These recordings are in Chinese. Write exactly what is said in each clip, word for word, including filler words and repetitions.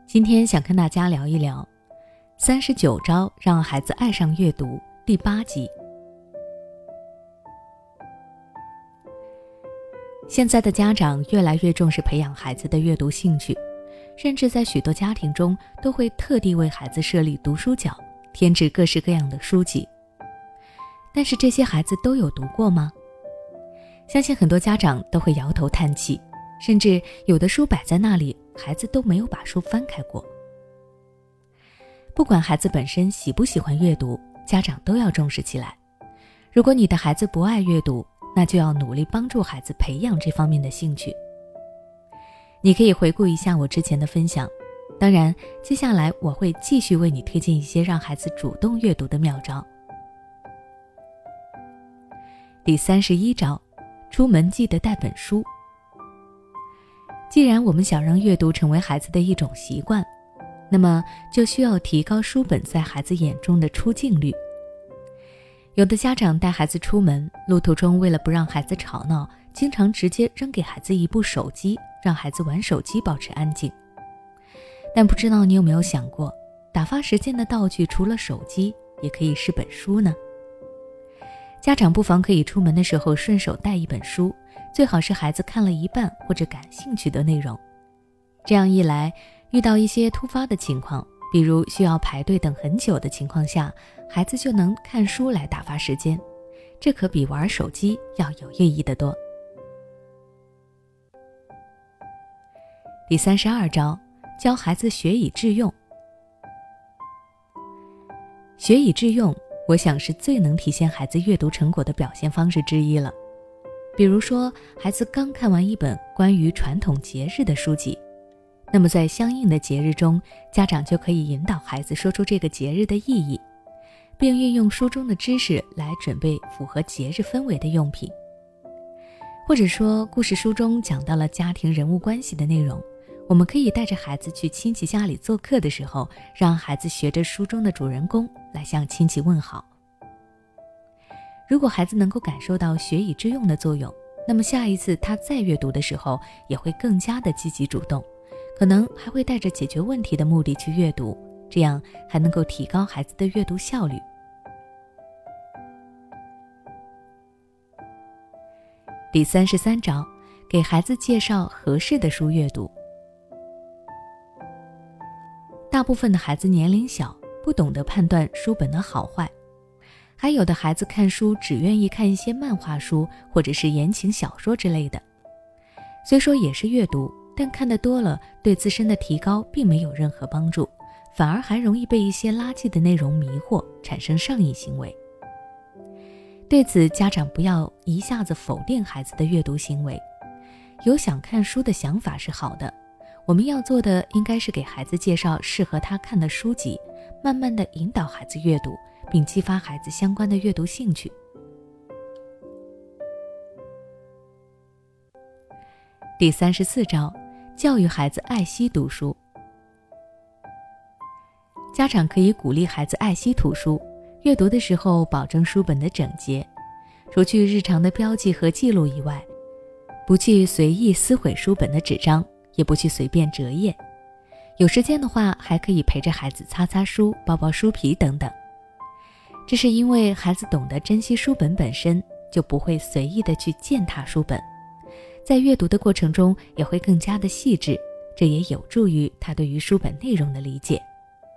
今天想跟大家聊一聊三十九招让孩子爱上阅读第八集。现在的家长越来越重视培养孩子的阅读兴趣，甚至在许多家庭中都会特地为孩子设立读书角，添置各式各样的书籍。但是这些孩子都有读过吗？相信很多家长都会摇头叹气，甚至有的书摆在那里，孩子都没有把书翻开过。不管孩子本身喜不喜欢阅读，家长都要重视起来。如果你的孩子不爱阅读，那就要努力帮助孩子培养这方面的兴趣。你可以回顾一下我之前的分享，当然接下来我会继续为你推荐一些让孩子主动阅读的妙招。第三十一招，出门记得带本书。既然我们想让阅读成为孩子的一种习惯，那么就需要提高书本在孩子眼中的出镜率。有的家长带孩子出门，路途中为了不让孩子吵闹，经常直接扔给孩子一部手机，让孩子玩手机保持安静。但不知道你有没有想过，打发时间的道具除了手机，也可以是本书呢？家长不妨可以出门的时候顺手带一本书，最好是孩子看了一半或者感兴趣的内容。这样一来，遇到一些突发的情况，比如需要排队等很久的情况下，孩子就能看书来打发时间，这可比玩手机要有意义得多。第三十二招，教孩子学以致用。学以致用，我想是最能体现孩子阅读成果的表现方式之一了。比如说，孩子刚看完一本关于传统节日的书籍，那么在相应的节日中，家长就可以引导孩子说出这个节日的意义，并运用书中的知识来准备符合节日氛围的用品。或者说，故事书中讲到了家庭人物关系的内容，我们可以带着孩子去亲戚家里做客的时候，让孩子学着书中的主人公来向亲戚问好。如果孩子能够感受到学以致用的作用，那么下一次他再阅读的时候也会更加的积极主动，可能还会带着解决问题的目的去阅读，这样还能够提高孩子的阅读效率。第三十三招，给孩子介绍合适的书阅读。大部分的孩子年龄小，不懂得判断书本的好坏，还有的孩子看书只愿意看一些漫画书或者是言情小说之类的。虽说也是阅读，但看得多了，对自身的提高并没有任何帮助，反而还容易被一些垃圾的内容迷惑，产生上瘾行为。对此，家长不要一下子否定孩子的阅读行为，有想看书的想法是好的，我们要做的应该是给孩子介绍适合他看的书籍，慢慢地引导孩子阅读，并激发孩子相关的阅读兴趣。第三十四招，教育孩子爱惜读书。家长可以鼓励孩子爱惜图书，阅读的时候保证书本的整洁，除去日常的标记和记录以外，不去随意撕毁书本的纸张，也不去随便折页。有时间的话，还可以陪着孩子擦擦书、包包书皮等等。这是因为孩子懂得珍惜书本本身，就不会随意的去践踏书本，在阅读的过程中也会更加的细致，这也有助于他对于书本内容的理解。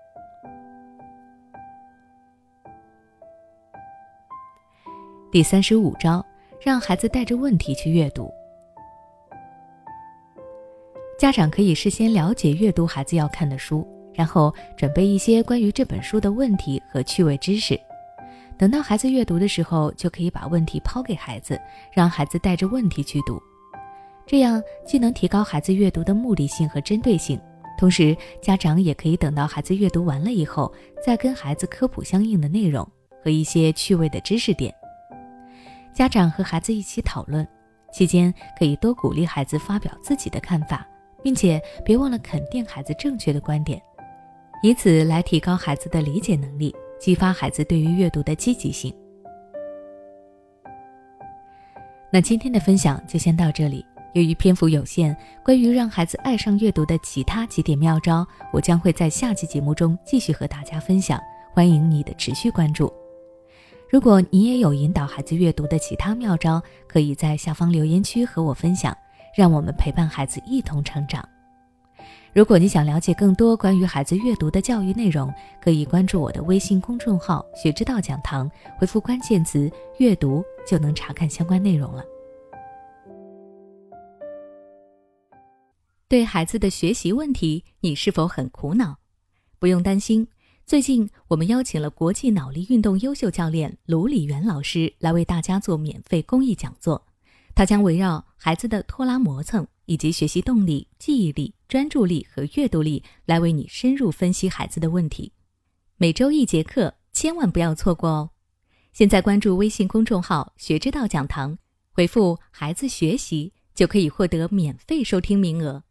第三十五招，让孩子带着问题去阅读。家长可以事先了解阅读孩子要看的书，然后准备一些关于这本书的问题和趣味知识。等到孩子阅读的时候，就可以把问题抛给孩子，让孩子带着问题去读。这样既能提高孩子阅读的目的性和针对性，同时家长也可以等到孩子阅读完了以后，再跟孩子科普相应的内容和一些趣味的知识点。家长和孩子一起讨论，期间可以多鼓励孩子发表自己的看法，并且别忘了肯定孩子正确的观点，以此来提高孩子的理解能力，激发孩子对于阅读的积极性。那今天的分享就先到这里， 由于篇幅有限，关于让孩子爱上阅读的其他几点妙招，我将会在下期节目中继续和大家分享，欢迎你的持续关注。如果你也有引导孩子阅读的其他妙招，可以在下方留言区和我分享，让我们陪伴孩子一同成长。如果你想了解更多关于孩子阅读的教育内容，可以关注我的微信公众号学之道讲堂，回复关键词阅读就能查看相关内容了。对孩子的学习问题，你是否很苦恼？不用担心，最近我们邀请了国际脑力运动优秀教练卢礼元老师来为大家做免费公益讲座。他将围绕孩子的拖拉磨蹭以及学习动力、记忆力、专注力和阅读力来为你深入分析孩子的问题。每周一节课，千万不要错过哦！现在关注微信公众号学之道讲堂，回复孩子学习就可以获得免费收听名额。